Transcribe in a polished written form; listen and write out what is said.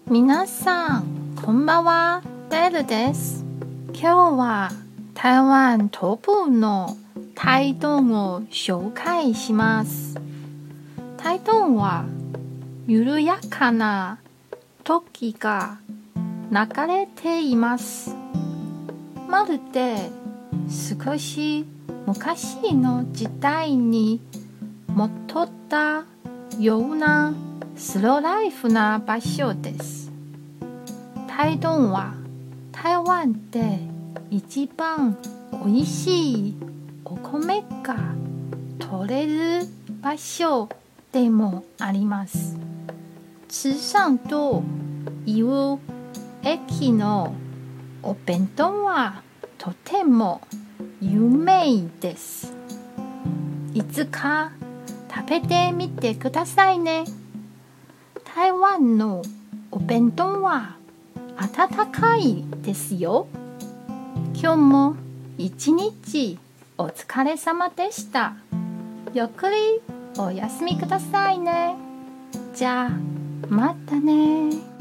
皆さん、こんばんは。ベルです。今日は台湾東部の台東を紹介します。台東は緩やかな時が流れています。まるで少し昔の時代に戻ったようなスローライフな場所です。台東は台湾で一番おいしいお米が取れる場所でもあります。池上という駅のお弁当はとても有名です。いつか食べてみてくださいね。台湾のお弁当は温かいですよ。今日も一日お疲れ様でした。ゆっくりお休みくださいね。じゃあまたね。